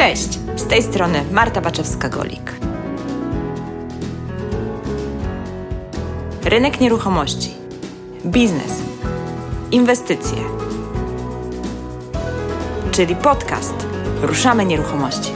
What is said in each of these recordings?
Cześć, z tej strony Marta Baczewska-Golik. Rynek nieruchomości, biznes, inwestycje, czyli podcast Ruszamy Nieruchomości.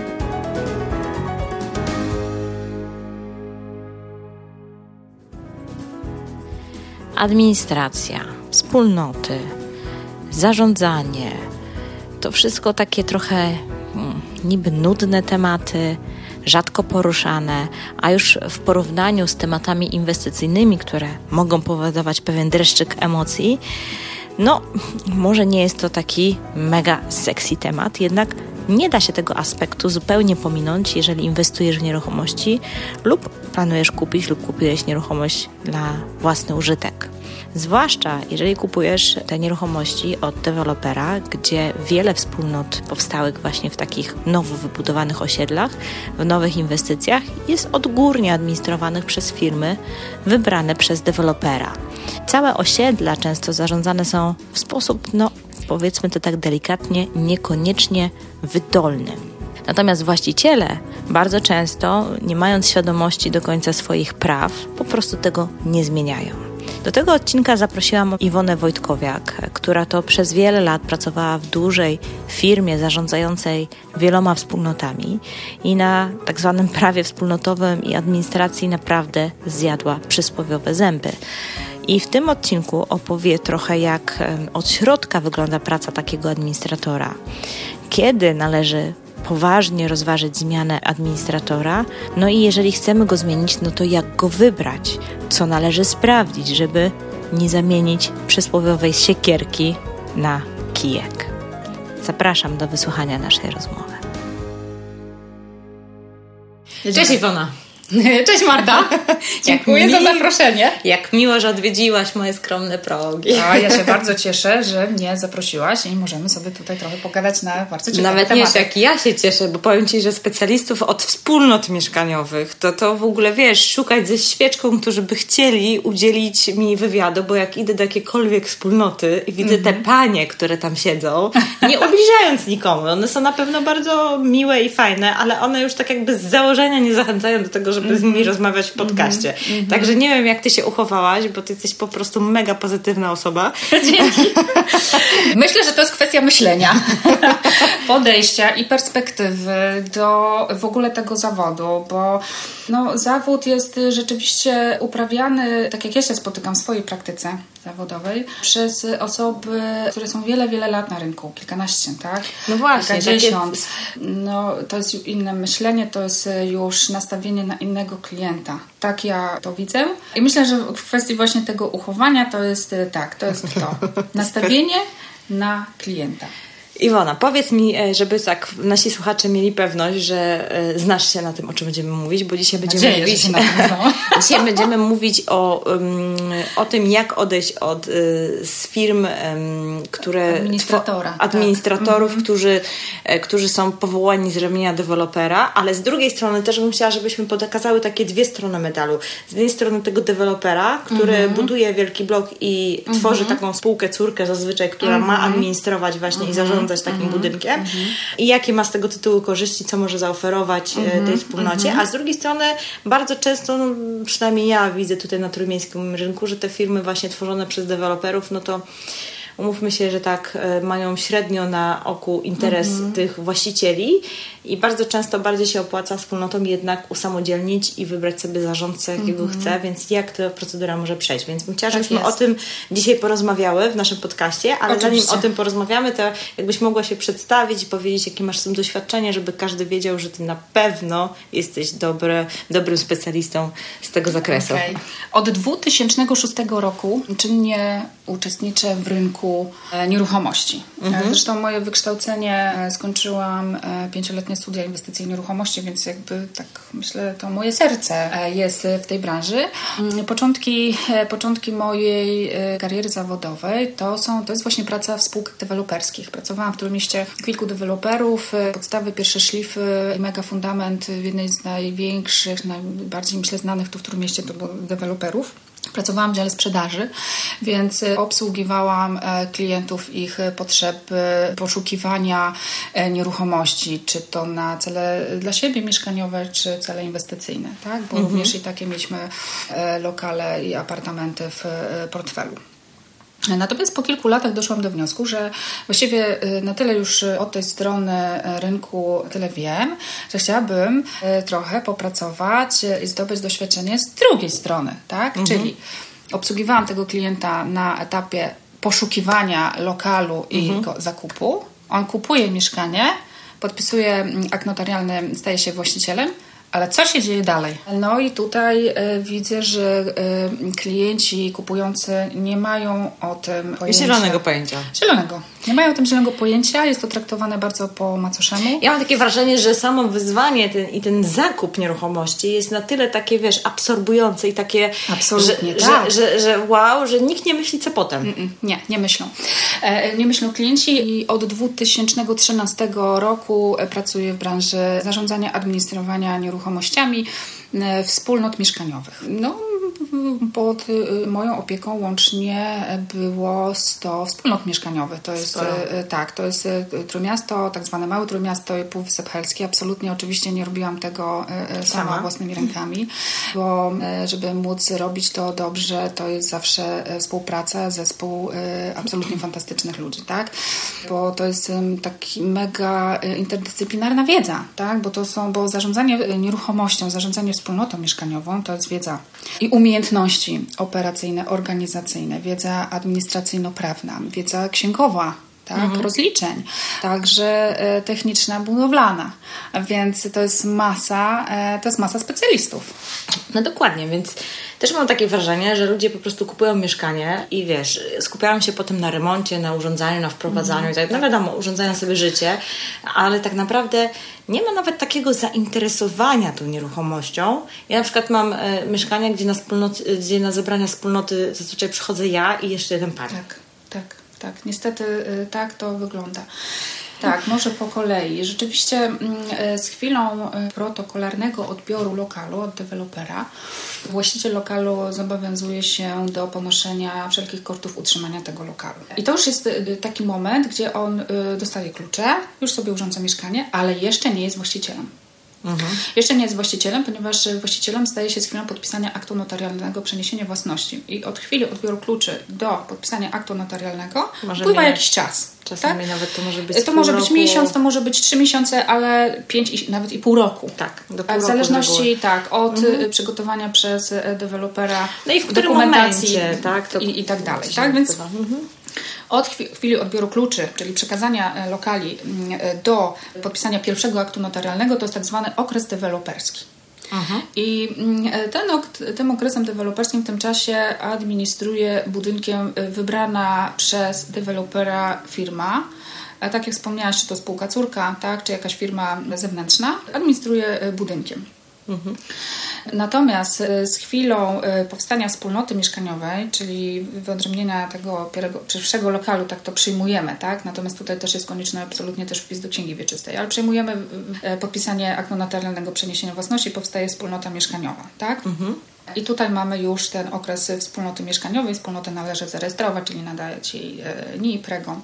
Administracja, wspólnoty, zarządzanie, to wszystko takie trochę niby nudne tematy, rzadko poruszane, a już w porównaniu z tematami inwestycyjnymi, które mogą powodować pewien dreszczyk emocji, może nie jest to taki mega sexy temat, jednak nie da się tego aspektu zupełnie pominąć, jeżeli inwestujesz w nieruchomości lub planujesz kupić lub kupiłeś nieruchomość na własny użytek. Zwłaszcza jeżeli kupujesz te nieruchomości od dewelopera, gdzie wiele wspólnot powstałych właśnie w takich nowo wybudowanych osiedlach, w nowych inwestycjach jest odgórnie administrowanych przez firmy wybrane przez dewelopera. Całe osiedla często zarządzane są w sposób, powiedzmy to tak delikatnie, niekoniecznie wydolny. Natomiast właściciele bardzo często, nie mając świadomości do końca swoich praw, po prostu tego nie zmieniają. Do tego odcinka zaprosiłam Iwonę Wojtkowiak, która to przez wiele lat pracowała w dużej firmie zarządzającej wieloma wspólnotami i na tak zwanym prawie wspólnotowym i administracji naprawdę zjadła przysłowiowe zęby. I w tym odcinku opowie trochę, jak od środka wygląda praca takiego administratora, kiedy należy poważnie rozważyć zmianę administratora, i jeżeli chcemy go zmienić, to jak go wybrać, co należy sprawdzić, żeby nie zamienić przysłowiowej siekierki na kijek. Zapraszam do wysłuchania naszej rozmowy. Cześć Iwona. Cześć Marta, dziękuję za zaproszenie. Jak miło, że odwiedziłaś moje skromne progi. Ja się bardzo cieszę, że mnie zaprosiłaś i możemy sobie tutaj trochę pogadać na bardzo ciekawe Nawet tematy. nie jak ja się cieszę, bo powiem Ci, że specjalistów od wspólnot mieszkaniowych, to w ogóle szukać ze świeczką, którzy by chcieli udzielić mi wywiadu, bo jak idę do jakiejkolwiek wspólnoty i widzę te panie, które tam siedzą, nie ubliżając nikomu, one są na pewno bardzo miłe i fajne, ale one już tak jakby z założenia nie zachęcają do tego, żeby z nimi rozmawiać w podcaście. Także nie wiem, jak Ty się uchowałaś, bo Ty jesteś po prostu mega pozytywna osoba. Dzięki. Myślę, że to jest kwestia myślenia, podejścia i perspektywy do w ogóle tego zawodu, bo zawód jest rzeczywiście uprawiany, tak jak ja się spotykam w swojej praktyce zawodowej, przez osoby, które są wiele, wiele lat na rynku, kilkanaście, tak? No właśnie. Kilkadziesiąt. To jest już inne myślenie, to jest już nastawienie na innego klienta. Tak ja to widzę. I myślę, że w kwestii właśnie tego uchowania to jest to. Nastawienie na klienta. Iwona, powiedz mi, żeby tak nasi słuchacze mieli pewność, że znasz się na tym, o czym będziemy mówić, bo dzisiaj będziemy mówić o tym, jak odejść z firm, które administratorów, którzy są powołani z ramienia dewelopera, ale z drugiej strony też bym chciała, żebyśmy pokazały takie dwie strony medalu. Z jednej strony tego dewelopera, który buduje wielki blok i tworzy taką spółkę córkę zazwyczaj, która ma administrować właśnie i zarządzać takim budynkiem i jakie ma z tego tytułu korzyści, co może zaoferować tej wspólnocie, a z drugiej strony bardzo często, przynajmniej ja widzę tutaj na trójmiejskim rynku, że te firmy właśnie tworzone przez deweloperów, to umówmy się, że tak mają średnio na oku interes tych właścicieli i bardzo często bardziej się opłaca wspólnotom jednak usamodzielnić i wybrać sobie zarządcę, jakiego chce, więc jak ta procedura może przejść. Więc bym chciała, żebyśmy o tym dzisiaj porozmawiały w naszym podcaście, ale Oczywiście. zanim o tym porozmawiamy, to jakbyś mogła się przedstawić i powiedzieć, jakie masz z tym doświadczenie, żeby każdy wiedział, że ty na pewno jesteś dobrym specjalistą z tego zakresu. Okay. Od 2006 roku czynnie uczestniczę w rynku nieruchomości. Zresztą moje wykształcenie skończyłam 5-letnie studia inwestycji w nieruchomości, więc jakby tak myślę, to moje serce jest w tej branży. Początki mojej kariery zawodowej to jest właśnie praca w spółkach deweloperskich. Pracowałam w Trójmieście kilku deweloperów, podstawy, pierwsze szlify i mega fundament w jednej z największych, najbardziej myślę znanych tu w Trójmieście to było deweloperów. Pracowałam w dziale sprzedaży, więc obsługiwałam klientów, ich potrzeby poszukiwania nieruchomości, czy to na cele dla siebie mieszkaniowe, czy cele inwestycyjne, tak? Bo również i takie mieliśmy lokale i apartamenty w portfelu. Natomiast po kilku latach doszłam do wniosku, że właściwie na tyle już od tej strony rynku tyle wiem, że chciałabym trochę popracować i zdobyć doświadczenie z drugiej strony, tak? Czyli obsługiwałam tego klienta na etapie poszukiwania lokalu i zakupu. On kupuje mieszkanie, podpisuje akt notarialny, staje się właścicielem. Ale co się dzieje dalej? No i tutaj widzę, że klienci kupujący nie mają o tym pojęcia. Zielonego pojęcia. Zielonego. Nie mają o tym zielonego pojęcia. Jest to traktowane bardzo po macoszemu. Ja mam takie wrażenie, że samo wyzwanie ten zakup nieruchomości jest na tyle takie, wiesz, absorbujące i takie, absolutnie, że wow, że nikt nie myśli co potem. Nie myślą. Nie myślą klienci i od 2013 roku pracuję w branży zarządzania, administrowania nieruchomościami wspólnot mieszkaniowych. No, pod moją opieką łącznie było 100 wspólnot mieszkaniowych. To jest to jest Trójmiasto, tak zwane Małe Trójmiasto i Półwysep Helski. Absolutnie oczywiście nie robiłam tego sama własnymi rękami, bo żeby móc robić to dobrze, to jest zawsze współpraca, zespół absolutnie fantastycznych ludzi, tak? Bo to jest taki mega interdyscyplinarna wiedza, tak? Bo zarządzanie nieruchomością, zarządzanie wspólnotą mieszkaniową to jest wiedza i umiejętności operacyjne, organizacyjne, wiedza administracyjno-prawna, wiedza księgowa, tak, rozliczeń, także techniczna, budowlana, więc to jest masa specjalistów. No dokładnie, więc też mam takie wrażenie, że ludzie po prostu kupują mieszkanie i wiesz, skupiają się potem na remoncie, na urządzaniu, na wprowadzaniu i tak. No wiadomo, urządzają sobie życie, ale tak naprawdę nie ma nawet takiego zainteresowania tą nieruchomością. Ja na przykład mam mieszkania, gdzie na zebrania wspólnoty zazwyczaj przychodzę ja i jeszcze jeden pan. Tak. Niestety tak to wygląda. Tak, może po kolei. Rzeczywiście z chwilą protokolarnego odbioru lokalu od dewelopera właściciel lokalu zobowiązuje się do ponoszenia wszelkich kosztów utrzymania tego lokalu. I to już jest taki moment, gdzie on dostaje klucze, już sobie urządza mieszkanie, ale jeszcze nie jest właścicielem. Jeszcze nie jest właścicielem, ponieważ właścicielem staje się z chwilą podpisania aktu notarialnego przeniesienia własności. I od chwili odbioru kluczy do podpisania aktu notarialnego upływa jakiś czas. Czasami tak? nawet to może być to może być miesiąc, to może być 3 miesiące, ale 5 i nawet i pół roku. Tak, do pół roku. W zależności od przygotowania przez dewelopera, no i w dokumentacji momencie, tak? I tak dalej. Tak? Więc od chwili odbioru kluczy, czyli przekazania lokali do podpisania pierwszego aktu notarialnego, to jest tak zwany okres deweloperski. I tym okresem deweloperskim w tym czasie administruje budynkiem wybrana przez dewelopera firma. A tak jak wspomniałaś, czy to spółka córka, tak, czy jakaś firma zewnętrzna, administruje budynkiem. Natomiast z chwilą powstania wspólnoty mieszkaniowej, czyli wyodrębnienia tego pierwszego lokalu, tak to przyjmujemy, tak? Natomiast tutaj też jest konieczny absolutnie też wpis do Księgi Wieczystej, ale przyjmujemy podpisanie aktu notarialnego przeniesienia własności, powstaje wspólnota mieszkaniowa, tak? I tutaj mamy już ten okres wspólnoty mieszkaniowej. Wspólnotę należy zarejestrować, czyli nadać jej NIP, pregon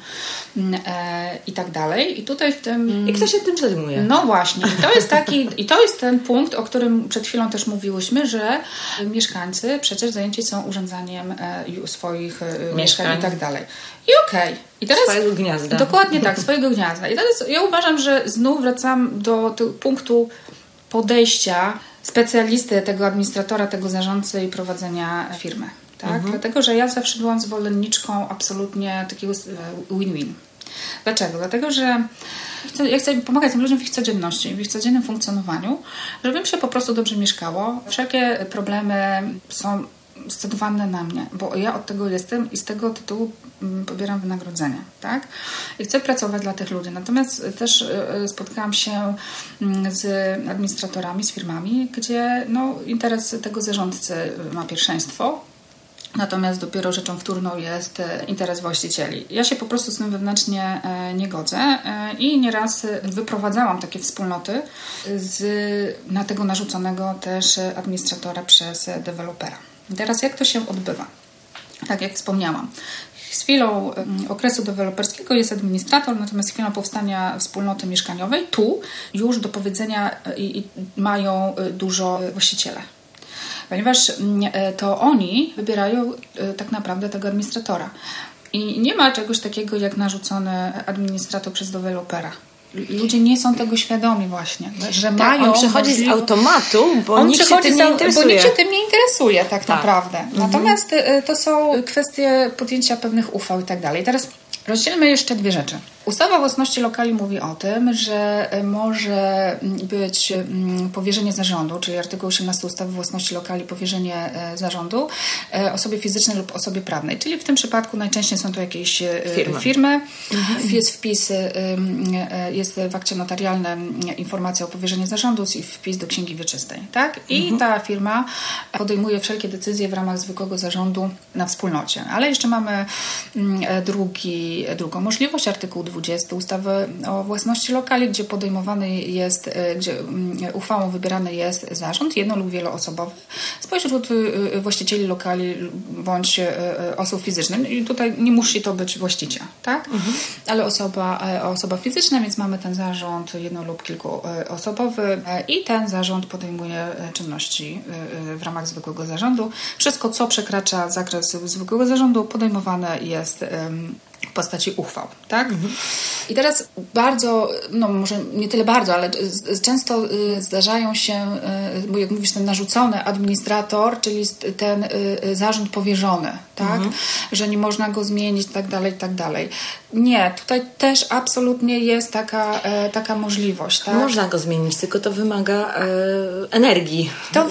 i tak dalej. I tutaj w tym... I kto się tym zajmuje? No właśnie. I to jest ten punkt, o którym przed chwilą też mówiłyśmy, że mieszkańcy przecież zajęci są urządzaniem swoich mieszkań i tak dalej. I okej. I teraz swojego gniazda. Dokładnie tak, swojego gniazda. I teraz ja uważam, że znów wracam do tego punktu podejścia specjalisty, tego administratora, tego zarządcy i prowadzenia firmy. Tak? Dlatego, że ja zawsze byłam zwolenniczką absolutnie takiego win-win. Dlaczego? Dlatego, że ja chcę pomagać tym ludziom w ich codzienności, w ich codziennym funkcjonowaniu, żeby im się po prostu dobrze mieszkało. Wszelkie problemy są scedowane na mnie, bo ja od tego jestem i z tego tytułu pobieram wynagrodzenia, tak? I chcę pracować dla tych ludzi. Natomiast też spotkałam się z administratorami, z firmami, gdzie interes tego zarządcy ma pierwszeństwo, natomiast dopiero rzeczą wtórną jest interes właścicieli. Ja się po prostu z tym wewnętrznie nie godzę i nieraz wyprowadzałam takie wspólnoty na tego narzuconego też administratora przez dewelopera. Teraz jak to się odbywa? Tak jak wspomniałam, z chwilą okresu deweloperskiego jest administrator, natomiast chwilą powstania wspólnoty mieszkaniowej tu już do powiedzenia mają dużo właściciele. Ponieważ to oni wybierają tak naprawdę tego administratora. I nie ma czegoś takiego jak narzucony administrator przez dewelopera. Ludzie nie są tego świadomi właśnie, że mają... On przychodzi z automatu, bo nikt się tym nie interesuje. Bo nikt się tym nie interesuje tak naprawdę. Natomiast to są kwestie podjęcia pewnych uchwał i tak dalej. Teraz rozdzielmy jeszcze dwie rzeczy. Ustawa o własności lokali mówi o tym, że może być powierzenie zarządu, czyli artykuł 18 ustawy o własności lokali, powierzenie zarządu osobie fizycznej lub osobie prawnej. Czyli w tym przypadku najczęściej są to jakieś firmy. Jest wpis, jest w akcie notarialnym informacja o powierzeniu zarządu i wpis do księgi wieczystej. Tak? I ta firma podejmuje wszelkie decyzje w ramach zwykłego zarządu na wspólnocie. Ale jeszcze mamy drugą możliwość, artykuł 20 ustawy o własności lokali, gdzie podejmowany jest, gdzie uchwałą wybierany jest zarząd jedno- lub wieloosobowy spośród właścicieli lokali bądź osób fizycznych. I tutaj nie musi to być właściciel, tak? Ale osoba fizyczna, więc mamy ten zarząd jedno- lub kilkuosobowy i ten zarząd podejmuje czynności w ramach zwykłego zarządu. Wszystko, co przekracza zakres zwykłego zarządu, podejmowane jest w postaci uchwał, tak? I teraz bardzo, no może nie tyle bardzo, ale często zdarzają się, bo jak mówisz, ten narzucony administrator, czyli ten zarząd powierzony, tak? Że nie można go zmienić, tak dalej, tak dalej. Nie, tutaj też absolutnie jest taka możliwość, tak? Można go zmienić, tylko to wymaga energii. To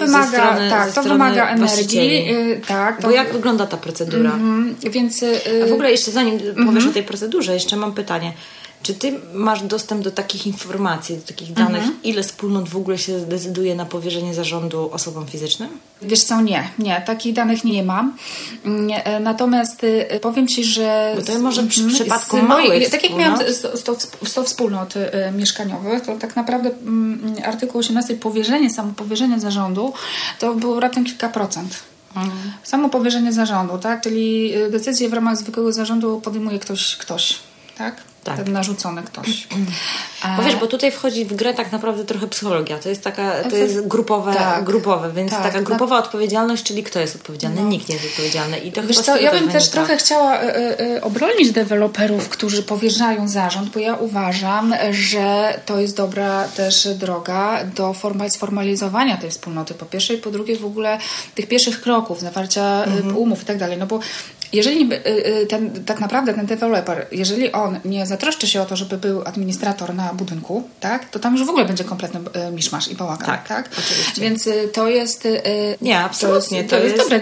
wymaga energii, tak. Bo jak wygląda ta procedura? Więc a w ogóle jeszcze zanim powiesz o tej procedurze, jeszcze mam pytanie. Czy ty masz dostęp do takich informacji, do takich danych, ile wspólnot w ogóle się zdecyduje na powierzenie zarządu osobom fizycznym? Wiesz co, nie. Takich danych nie mam. Natomiast powiem Ci, że... Bo to może w przypadku małych tak jak miałam 100 wspólnot mieszkaniowych, to tak naprawdę artykuł 18 samo powierzenie zarządu to było raptem kilka procent. Samo powierzenie zarządu, tak? Czyli decyzję w ramach zwykłego zarządu podejmuje ktoś, tak? Tak. Ten narzucony ktoś. Bo wiesz, bo tutaj wchodzi w grę tak naprawdę trochę psychologia. To jest jest grupowe, więc taka grupowa odpowiedzialność, czyli kto jest odpowiedzialny? No. Nikt nie jest odpowiedzialny. I to wiesz co, ja bym też trochę chciała obronić deweloperów, którzy powierzają zarząd, bo ja uważam, że to jest dobra też droga do sformalizowania tej wspólnoty. Po pierwsze i po drugie w ogóle tych pierwszych kroków, zawarcia umów i tak dalej. No bo jeżeli tak naprawdę ten deweloper, jeżeli on nie zatroszczy się o to, żeby był administrator na budynku, tak, to tam już w ogóle będzie kompletny miszmasz i bałagan, tak? Oczywiście. Więc to jest... Nie, absolutnie. To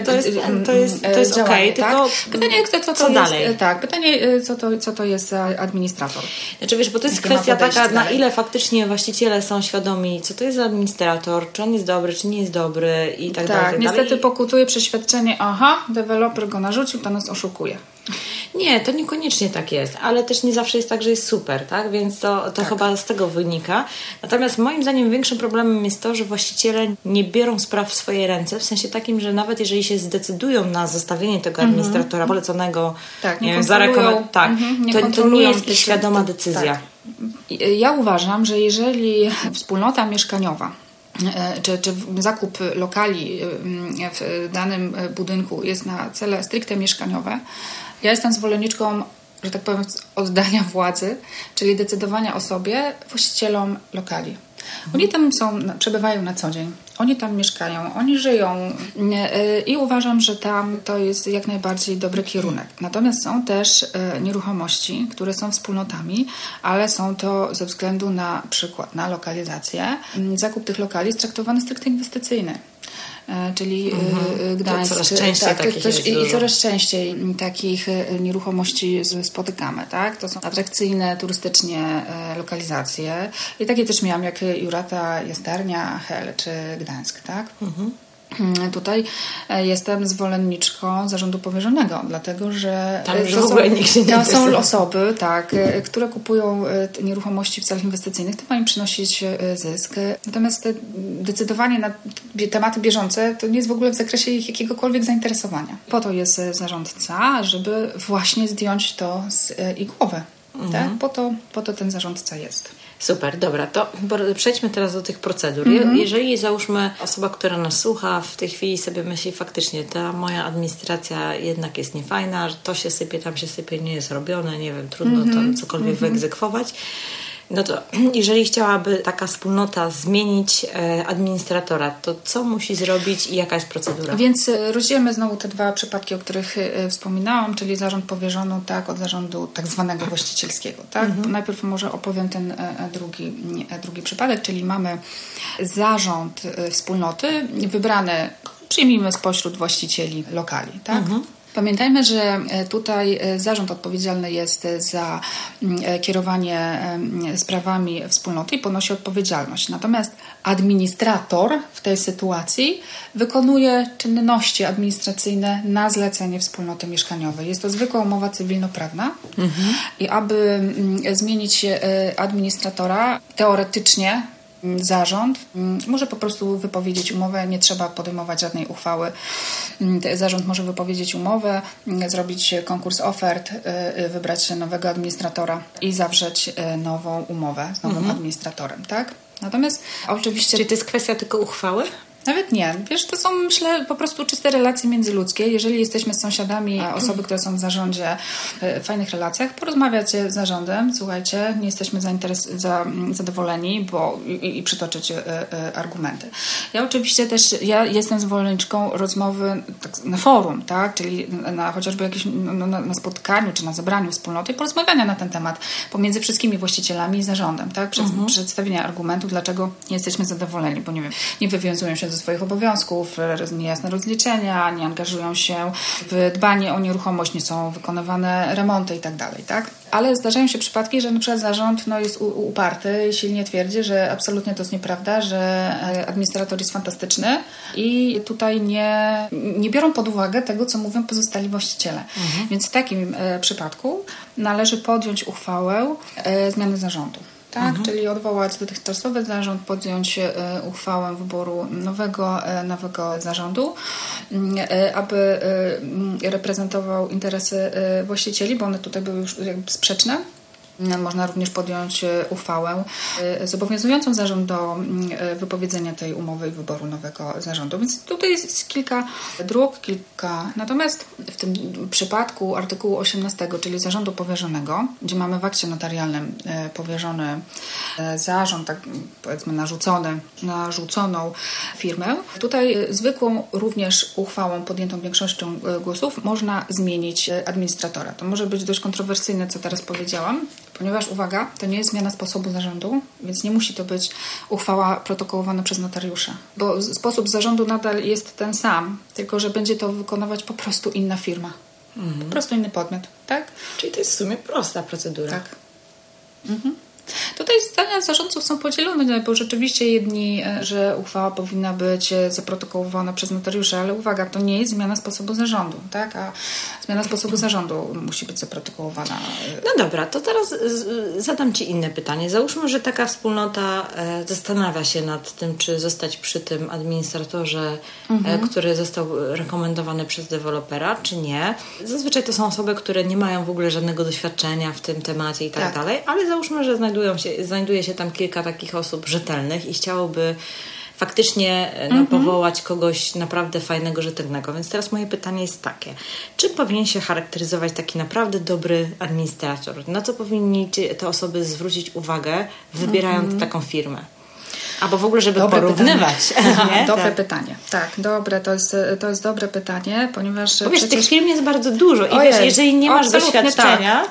jest okej, tylko pytanie, co dalej? Jest, tak, pytanie, co to jest za administrator. Znaczy wiesz, bo to jest kwestia taka, na ile faktycznie właściciele są świadomi, co to jest za administrator, czy on jest dobry, czy nie jest dobry i tak dalej. Tak, niestety pokutuje przeświadczenie, deweloper go narzucił, to nas oszukuje. Nie, to niekoniecznie tak jest, ale też nie zawsze jest tak, że jest super, tak? Więc to chyba z tego wynika. Natomiast moim zdaniem większym problemem jest to, że właściciele nie biorą spraw w swoje ręce, w sensie takim, że nawet jeżeli się zdecydują na zostawienie tego administratora poleconego, to nie jest świadoma decyzja. Tak. Ja uważam, że jeżeli wspólnota mieszkaniowa czy zakup lokali w danym budynku jest na cele stricte mieszkaniowe, ja jestem zwolenniczką, że tak powiem, oddania władzy, czyli decydowania o sobie właścicielom lokali. Oni tam przebywają na co dzień. Oni tam mieszkają, oni żyją i uważam, że tam to jest jak najbardziej dobry kierunek. Natomiast są też nieruchomości, które są wspólnotami, ale są to ze względu na przykład na lokalizację. Zakup tych lokali jest traktowany stricte inwestycyjny. Czyli Gdańsk. Coraz częściej takich jest i coraz częściej takich nieruchomości spotykamy, tak? To są atrakcyjne turystycznie lokalizacje. I takie też miałam jak Jurata, Jasternia, Hel czy Gdańsk, tak? Tutaj jestem zwolenniczką zarządu powierzonego, dlatego że tam już w ogóle nikt się nie to są osoby, które kupują nieruchomości w celach inwestycyjnych, to ma im przynosić zysk. Natomiast decydowanie na tematy bieżące to nie jest w ogóle w zakresie ich jakiegokolwiek zainteresowania. Po to jest zarządca, żeby właśnie zdjąć to z ich głowy. Tak? Po to ten zarządca jest. Super, dobra, to przejdźmy teraz do tych procedur. Jeżeli załóżmy osoba, która nas słucha, w tej chwili sobie myśli faktycznie, ta moja administracja jednak jest niefajna, że to się sypie, tam się sypie, nie jest robione, nie wiem, trudno tam cokolwiek wyegzekwować. No to jeżeli chciałaby taka wspólnota zmienić administratora, to co musi zrobić i jaka jest procedura? Więc rozdzielmy znowu te dwa przypadki, o których wspominałam, czyli zarząd powierzony od zarządu tak zwanego właścicielskiego. Tak? Najpierw może opowiem ten drugi przypadek, czyli mamy zarząd wspólnoty wybrany, przyjmijmy, spośród właścicieli lokali. Tak? Pamiętajmy, że tutaj zarząd odpowiedzialny jest za kierowanie sprawami wspólnoty i ponosi odpowiedzialność. Natomiast administrator w tej sytuacji wykonuje czynności administracyjne na zlecenie wspólnoty mieszkaniowej. Jest to zwykła umowa cywilnoprawna i aby zmienić administratora, teoretycznie zarząd może po prostu wypowiedzieć umowę, nie trzeba podejmować żadnej uchwały. Zarząd może wypowiedzieć umowę, zrobić konkurs ofert, wybrać nowego administratora i zawrzeć nową umowę z nowym administratorem, tak? Natomiast oczywiście... Czyli to jest kwestia tylko uchwały? Nawet nie. Wiesz, to są, myślę, po prostu czyste relacje międzyludzkie. Jeżeli jesteśmy z sąsiadami, osoby, które są w zarządzie, w fajnych relacjach, porozmawiacie z zarządem, słuchajcie, nie jesteśmy zadowoleni, i przytoczyć argumenty. Ja oczywiście też, jestem zwolenniczką rozmowy na forum, tak? Czyli chociażby na spotkaniu, czy na zebraniu wspólnoty, porozmawiania na ten temat pomiędzy wszystkimi właścicielami i zarządem, tak? Przedstawienia argumentów, dlaczego nie jesteśmy zadowoleni, bo nie wiem, nie wywiązują się ze swoich obowiązków, niejasne rozliczenia, nie angażują się w dbanie o nieruchomość, nie są wykonywane remonty i tak dalej, tak? Ale zdarzają się przypadki, że na przykład zarząd jest uparty i silnie twierdzi, że absolutnie to jest nieprawda, że administrator jest fantastyczny i tutaj nie biorą pod uwagę tego, co mówią pozostali właściciele. Więc w takim przypadku należy podjąć uchwałę zmiany zarządu. Tak, czyli odwołać dotychczasowy zarząd, podjąć uchwałę wyboru nowego zarządu, aby reprezentował interesy właścicieli, bo one tutaj były już jakby sprzeczne. Można również podjąć uchwałę zobowiązującą zarząd do wypowiedzenia tej umowy i wyboru nowego zarządu. Więc tutaj jest kilka dróg, Natomiast w tym przypadku artykułu 18, czyli zarządu powierzonego, gdzie mamy w akcie notarialnym powierzony zarząd, tak powiedzmy narzuconą firmę, tutaj zwykłą również uchwałą podjętą większością głosów można zmienić administratora. To może być dość kontrowersyjne, co teraz powiedziałam, ponieważ, uwaga, to nie jest zmiana sposobu zarządu, więc nie musi to być uchwała protokołowana przez notariusza, bo sposób zarządu nadal jest ten sam, tylko że będzie to wykonywać po prostu inna firma. Po prostu inny podmiot, tak? Czyli to jest w sumie prosta procedura. Tak. Tutaj zdania zarządców są podzielone, bo rzeczywiście jedni, że uchwała powinna być zaprotokołowana przez notariusza, ale uwaga, to nie jest zmiana sposobu zarządu, tak? A zmiana sposobu zarządu musi być zaprotokołowana. No dobra, to teraz zadam Ci inne pytanie. Załóżmy, że taka wspólnota zastanawia się nad tym, czy zostać przy tym administratorze, który został rekomendowany przez dewelopera, czy nie. Zazwyczaj to są osoby, które nie mają w ogóle żadnego doświadczenia w tym temacie i tak dalej, ale załóżmy, że znajduje się tam kilka takich osób rzetelnych i chciałoby faktycznie powołać kogoś naprawdę fajnego, rzetelnego. Więc teraz moje pytanie jest takie. Czym powinien się charakteryzować taki naprawdę dobry administrator? Na co powinni te osoby zwrócić uwagę, wybierając taką firmę? Albo w ogóle, żeby porównywać. Dobre pytanie. Tak, dobre, to jest dobre pytanie, ponieważ... Bo wiesz, tych firm jest bardzo dużo i wiesz, jeżeli nie masz doświadczenia... Tak.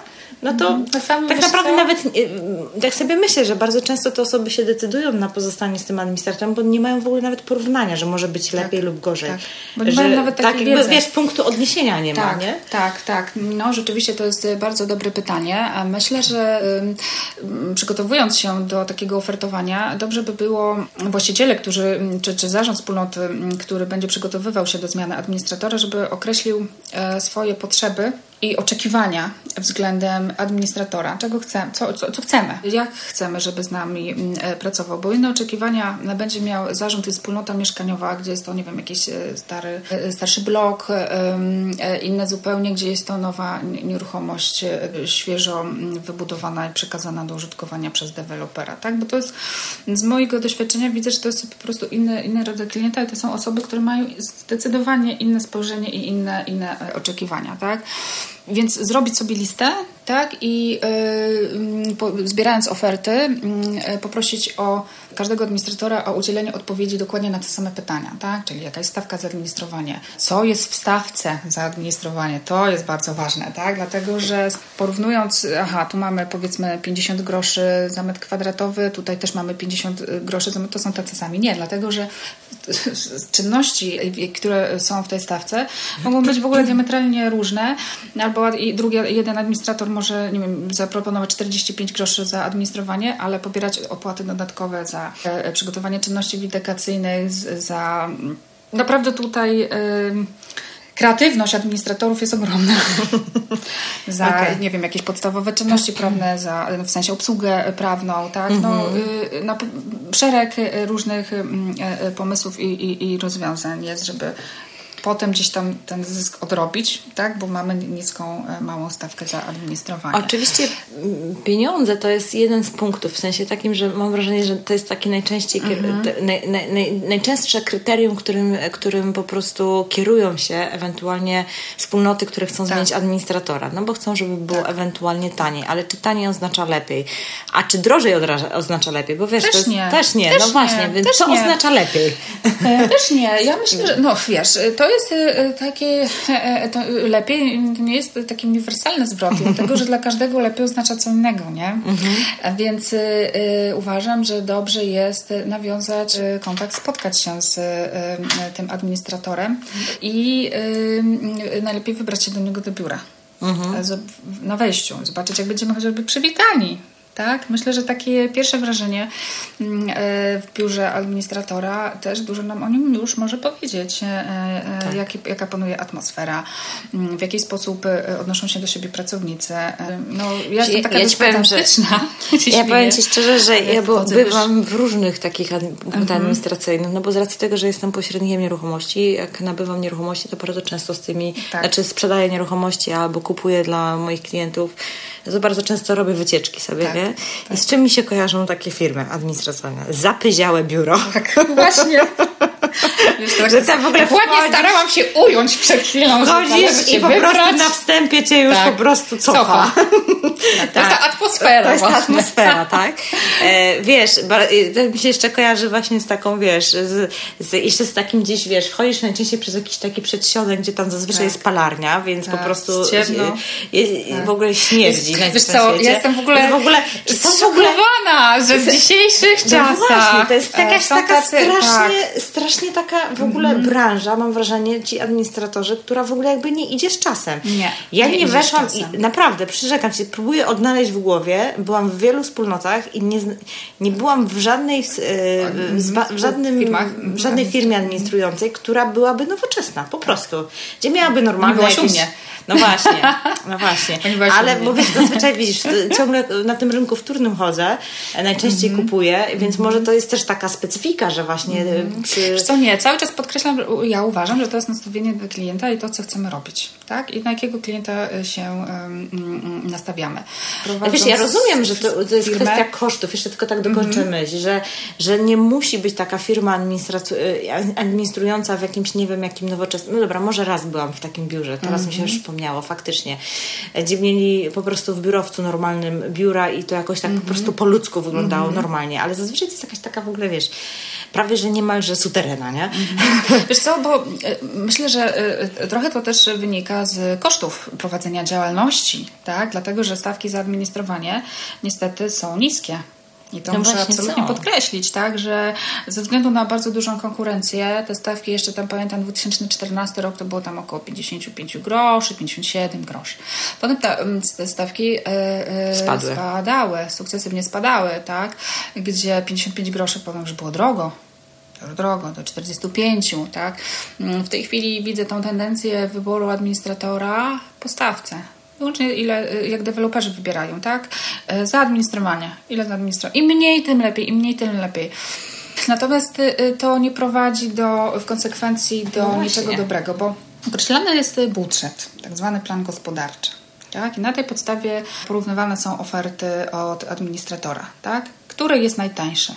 no to tak naprawdę nawet tak sobie myślę, że bardzo często te osoby się decydują na pozostanie z tym administratorem, bo nie mają w ogóle nawet porównania, że może być lepiej lub gorzej. Tak. Bo nie mają nawet takiej wiedzy. Wiesz, punktu odniesienia nie ma, nie? Tak. No rzeczywiście to jest bardzo dobre pytanie. A myślę, że przygotowując się do takiego ofertowania, dobrze by było właściciele, czy zarząd wspólnoty, który będzie przygotowywał się do zmiany administratora, żeby określił swoje potrzeby i oczekiwania względem administratora. Czego chcemy, co chcemy? Jak chcemy, żeby z nami pracował? Bo inne oczekiwania będzie miał zarząd i wspólnota mieszkaniowa, gdzie jest to, nie wiem, jakiś starszy blok, inne zupełnie, gdzie jest to nowa nieruchomość, świeżo wybudowana i przekazana do użytkowania przez dewelopera. Tak? Bo to jest, z mojego doświadczenia widzę, że to jest po prostu inny rodzaj klienta i to są osoby, które mają zdecydowanie inne spojrzenie i inne oczekiwania. Tak? Więc zrobić sobie listę, tak, i zbierając oferty, poprosić każdego administratora o udzielenie odpowiedzi dokładnie na te same pytania, tak? Czyli jaka jest stawka za administrowanie, co jest w stawce za administrowanie, to jest bardzo ważne, tak? Dlatego, że porównując, tu mamy powiedzmy 50 groszy za metr kwadratowy, tutaj też mamy 50 groszy za metr, to są tacy sami. Nie, dlatego, że czynności, które są w tej stawce, mogą być w ogóle diametralnie różne, albo jeden administrator może, nie wiem, zaproponować 45 groszy za administrowanie, ale pobierać opłaty dodatkowe za przygotowanie czynności windykacyjnych, za... Naprawdę tutaj kreatywność administratorów jest ogromna. Nie wiem, jakieś podstawowe czynności prawne, w sensie obsługę prawną, tak? Szereg różnych pomysłów i rozwiązań jest, żeby potem gdzieś tam ten zysk odrobić, tak? Bo mamy małą stawkę za administrowanie. Oczywiście pieniądze to jest jeden z punktów, w sensie takim, że mam wrażenie, że to jest takie najczęstsze kryterium, którym po prostu kierują się ewentualnie wspólnoty, które chcą zmienić administratora, no bo chcą, żeby było ewentualnie taniej, ale czy taniej oznacza lepiej? A czy drożej oznacza lepiej? Bo wiesz, też nie. No właśnie, więc co oznacza lepiej? Też nie. Ja myślę, że wiesz, to jest takie lepiej, nie jest taki uniwersalny zwrot, dlatego, że dla każdego lepiej oznacza co innego, nie? Więc uważam, że dobrze jest nawiązać kontakt, spotkać się z tym administratorem i najlepiej wybrać się do niego do biura. Na wejściu, zobaczyć, jak będziemy chociażby przywitani. Tak? Myślę, że takie pierwsze wrażenie w biurze administratora też dużo nam o nim już może powiedzieć, jaka panuje atmosfera, w jaki sposób odnoszą się do siebie pracownicy. Ja jestem taka dyskutantyczna. Ja powiem Ci szczerze, że ja bywam w różnych takich administracyjnych, no bo z racji tego, że jestem pośrednikiem nieruchomości, jak nabywam nieruchomości, to bardzo często sprzedaję nieruchomości albo kupuję dla moich klientów, to bardzo często robię wycieczki sobie, nie? I z czym mi się kojarzą takie firmy administracyjne? Zapyziałe biuro. Tak, właśnie. Że tam w ogóle ładnie starałam się ująć przed chwilą. Wchodzisz i po prostu na wstępie cię już po prostu cofa. To jest ta atmosfera. To jest ta atmosfera, tak? Wiesz, to mi się jeszcze kojarzy właśnie z taką, wiesz, jeszcze z takim gdzieś, wiesz, wchodzisz najczęściej przez jakiś taki przedsionek, gdzie tam zazwyczaj jest palarnia, więc po prostu w ogóle śmierdzi. Wiesz co, ja jestem w ogóle zszokowana, że w dzisiejszych czasach. No właśnie, to jest jakaś taka strasznie taka w ogóle branża, mam wrażenie, ci administratorzy, która w ogóle jakby nie idzie z czasem. Ja nie weszłam i naprawdę, przyrzekam Ci, próbuję odnaleźć w głowie, byłam w wielu wspólnotach i nie byłam w żadnej w żadnej firmie administrującej, która byłaby nowoczesna, po prostu. Gdzie miałaby normalne jakieś... No właśnie. Ale bo wiesz, zazwyczaj widzisz, ciągle na tym rynku wtórnym chodzę, najczęściej kupuję, więc może to jest też taka specyfika, że właśnie Co nie, cały czas podkreślam, ja uważam, że to jest nastawienie dla klienta i to, co chcemy robić, tak? I na jakiego klienta się nastawiamy. Wiesz, ja rozumiem, że to jest kwestia kosztów, jeszcze tylko tak dokończę myśl, że nie musi być taka firma administrująca w jakimś, nie wiem, jakim nowoczesnym... No dobra, może raz byłam w takim biurze, teraz mi się już miało faktycznie. Gdzie mieli po prostu w biurowcu normalnym biura i to jakoś tak po prostu po ludzku wyglądało normalnie, ale zazwyczaj to jest jakaś taka w ogóle, wiesz, prawie, że niemalże suterena, nie? Wiesz co, bo myślę, że trochę to też wynika z kosztów prowadzenia działalności, tak? Dlatego, że stawki za administrowanie niestety są niskie. I to muszę absolutnie podkreślić, tak, że ze względu na bardzo dużą konkurencję te stawki, jeszcze tam pamiętam 2014 rok, to było tam około 55 groszy, 57 groszy. Potem te stawki spadały, sukcesywnie spadały, tak, gdzie 55 groszy potem już było drogo, do 45, tak. W tej chwili widzę tą tendencję wyboru administratora po stawce. Wyłącznie jak deweloperzy wybierają, tak? Za administrowanie. Ile za administrowanie? Im mniej, tym lepiej, Natomiast to nie prowadzi w konsekwencji do niczego dobrego, bo określany jest budżet, tak zwany plan gospodarczy. Tak? I na tej podstawie porównywane są oferty od administratora, tak? Który jest najtańszy.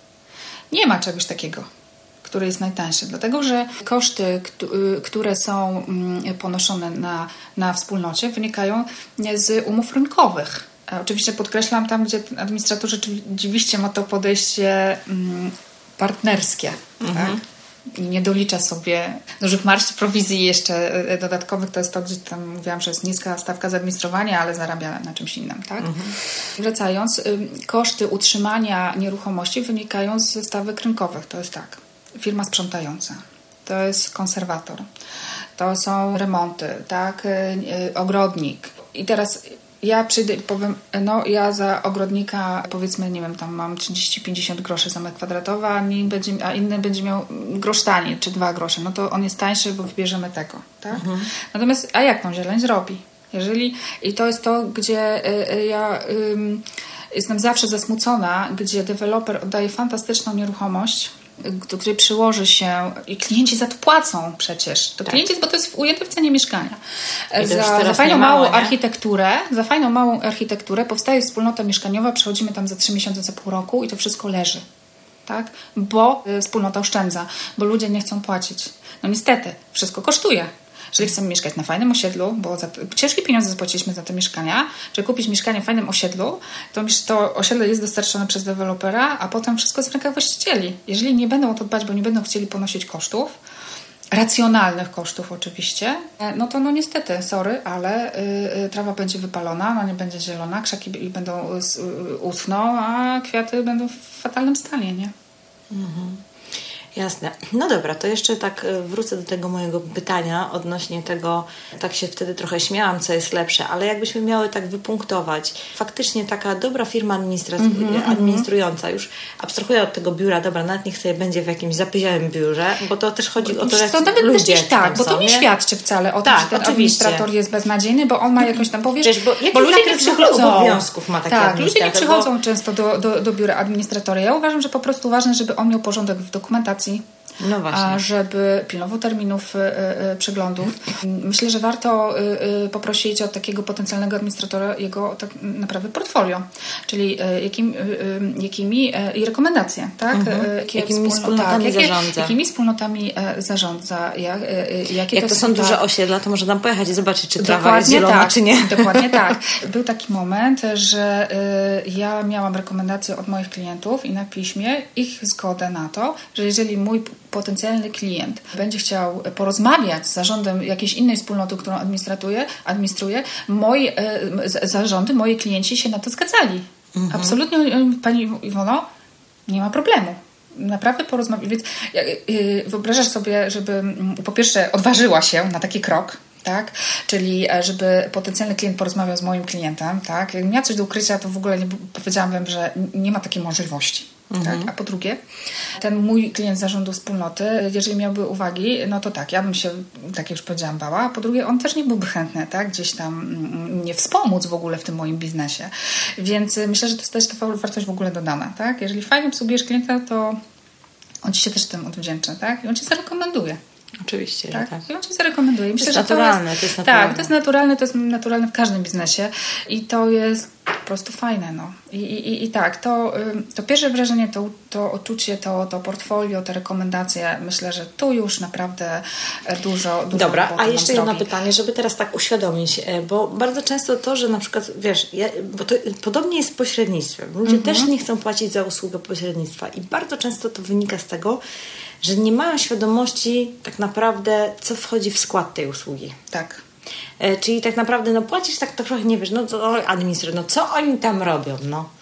Nie ma czegoś takiego, który jest najtańszy, dlatego że koszty, które są ponoszone na wspólnocie, wynikają z umów rynkowych. Oczywiście podkreślam tam, gdzie administrator rzeczywiście ma to podejście partnerskie. Tak? I nie dolicza sobie dużych marż prowizji jeszcze dodatkowych. To jest to, gdzie tam mówiłam, że jest niska stawka za administrowanie, ale zarabia na czymś innym. Tak? Wracając, koszty utrzymania nieruchomości wynikają ze stawek rynkowych. To jest tak. Firma sprzątająca, to jest konserwator, to są remonty, tak, ogrodnik. I teraz ja przyjdę i powiem, no ja za ogrodnika powiedzmy, nie wiem, tam mam 30-50 groszy za metr kwadratowy, a inny będzie miał grosz taniej, czy 2 grosze, no to on jest tańszy, bo wybierzemy tego, tak? Natomiast, a jak tą zieleń zrobi? I to jest to, gdzie ja jestem zawsze zasmucona, gdzie deweloper oddaje fantastyczną nieruchomość, do której przyłoży się i klienci za to płacą przecież. To klienci, bo to jest ujęte w cenie mieszkania. Za fajną małą architekturę powstaje wspólnota mieszkaniowa, przechodzimy tam za 3 miesiące, za pół roku i to wszystko leży. Tak? Bo wspólnota oszczędza, bo ludzie nie chcą płacić. No niestety, wszystko kosztuje. Jeżeli chcemy mieszkać na fajnym osiedlu, bo ciężkie pieniądze zapłaciliśmy za te mieszkania, żeby kupić mieszkanie w fajnym osiedlu, to osiedle jest dostarczone przez dewelopera, a potem wszystko jest w rękach właścicieli. Jeżeli nie będą o to dbać, bo nie będą chcieli ponosić kosztów, racjonalnych kosztów oczywiście, no to niestety, sorry, ale trawa będzie wypalona, nie będzie zielona, krzaki uschną, a kwiaty będą w fatalnym stanie, nie? Jasne. No dobra, to jeszcze tak wrócę do tego mojego pytania odnośnie tego, tak się wtedy trochę śmiałam, co jest lepsze, ale jakbyśmy miały tak wypunktować, faktycznie taka dobra firma administrująca, już abstrahuję od tego biura, dobra, nawet niech sobie będzie w jakimś zapyziałym biurze, bo to też chodzi o to, że ludzie tak, bo to nie świadczy wcale o tym, że ten administrator jest beznadziejny, bo on ma jakąś tam, bo ludzie nie przychodzą. Obowiązków ma taki administrator. Ludzie nie przychodzą często do biura administratora. Ja uważam, że po prostu ważne, żeby on miał porządek w dokumentacji, no właśnie. Żeby pilnował terminów przeglądów. Myślę, że warto poprosić od takiego potencjalnego administratora jego tak naprawdę portfolio, czyli jakimi i rekomendacje, tak? Jakimi wspólnotami zarządza. Jakimi wspólnotami zarządza. Jak to są duże osiedla, to może tam pojechać i zobaczyć, czy trawa jest zielona, czy nie. Dokładnie tak. Był taki moment, że ja miałam rekomendacje od moich klientów i na piśmie ich zgodę na to, że jeżeli mój potencjalny klient będzie chciał porozmawiać z zarządem jakiejś innej wspólnoty, którą administruje, moi klienci się na to zgadzali. Absolutnie, pani Iwono, nie ma problemu. Naprawdę porozmawiać. Więc wyobrażasz sobie, żeby po pierwsze odważyła się na taki krok, tak? Czyli żeby potencjalny klient porozmawiał z moim klientem, tak? Jak miała coś do ukrycia, to w ogóle powiedziałam, że nie ma takiej możliwości. Tak? A po drugie, ten mój klient zarządu wspólnoty, jeżeli miałby uwagi, no to tak, ja bym się, tak jak już powiedziałam, bała, a po drugie, on też nie byłby chętny, tak? Gdzieś tam mnie wspomóc w ogóle w tym moim biznesie. Więc myślę, że to jest też ta wartość w ogóle dodana, tak? Jeżeli fajnie obsługujesz klienta, to on ci się też tym odwdzięczy, tak? I on ci zarekomenduje. Oczywiście, tak. Tak. I on ci zarekomenduje. Myślę, to jest naturalne. Tak, to jest naturalne w każdym biznesie i to jest Po prostu fajne, no. I tak, to pierwsze wrażenie, to odczucie, to portfolio, te rekomendacje, myślę, że tu już naprawdę dużo Dobra, roboty a jeszcze jedno zrobi. pytanie, żeby teraz tak uświadomić, bo bardzo często to, że na przykład, wiesz, bo to podobnie jest z pośrednictwem. Ludzie też nie chcą płacić za usługę pośrednictwa i bardzo często to wynika z tego, że nie mają świadomości tak naprawdę, co wchodzi w skład tej usługi. Tak. Czyli tak naprawdę, płacisz tak trochę, nie wiesz, administrator, co oni tam robią,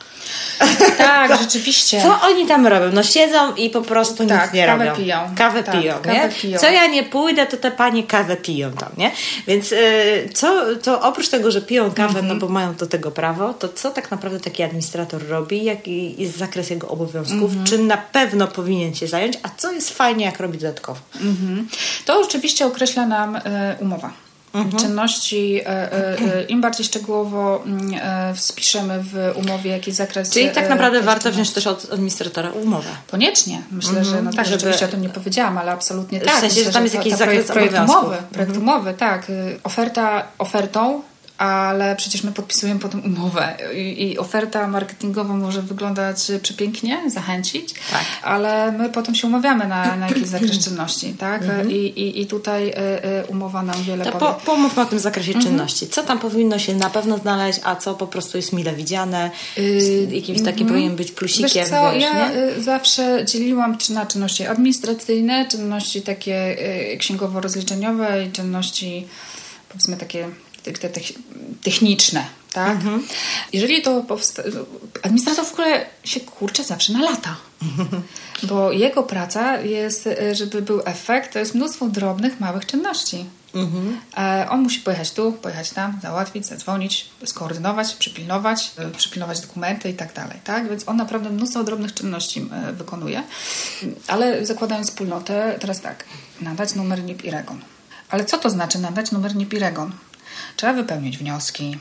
Tak, rzeczywiście. Co oni tam robią? Siedzą i po prostu nic nie kawę robią. Piją. Kawę tak, piją, kawę nie? piją. Co ja nie pójdę, to te panie kawę piją tam, nie? Więc to oprócz tego, że piją kawę, bo mają do tego prawo, to co tak naprawdę taki administrator robi? Jaki jest zakres jego obowiązków? Czym na pewno powinien się zająć? A co jest fajnie, jak robi dodatkowo? To oczywiście określa nam umowa. Czynności, im bardziej szczegółowo wpiszemy w umowie jakiś zakres. Czyli tak naprawdę warto wziąć też od administratora umowę. Koniecznie. Myślę, że tak, żeby... rzeczywiście o tym nie powiedziałam, ale absolutnie tak. W sensie, myślę, że tam jest jakiś zakres projekt umowy, tak. Oferta ofertą, ale przecież my podpisujemy potem umowę i oferta marketingowa może wyglądać przepięknie, zachęcić, tak. Ale my potem się umawiamy na jakiś zakres czynności, tak? I tutaj umowa nam wiele powie. Pomówmy o tym zakresie czynności. Co tam powinno się na pewno znaleźć, a co po prostu jest mile widziane? Jakimś takim powinien być plusikiem. Wiesz co, ja zawsze dzieliłam na czynności administracyjne, czynności takie księgowo-rozliczeniowe i czynności powiedzmy takie techniczne, tak? Jeżeli to administrator w ogóle się kurczy zawsze na lata. Bo jego praca jest, żeby był efekt, to jest mnóstwo drobnych, małych czynności. On musi pojechać tu, pojechać tam, załatwić, zadzwonić, skoordynować, przypilnować dokumenty i tak dalej, tak? Więc on naprawdę mnóstwo drobnych czynności wykonuje. Ale zakładając wspólnotę, teraz tak, nadać numer NIP i REGON. Ale co to znaczy nadać numer NIP i REGON? Trzeba wypełnić wnioski,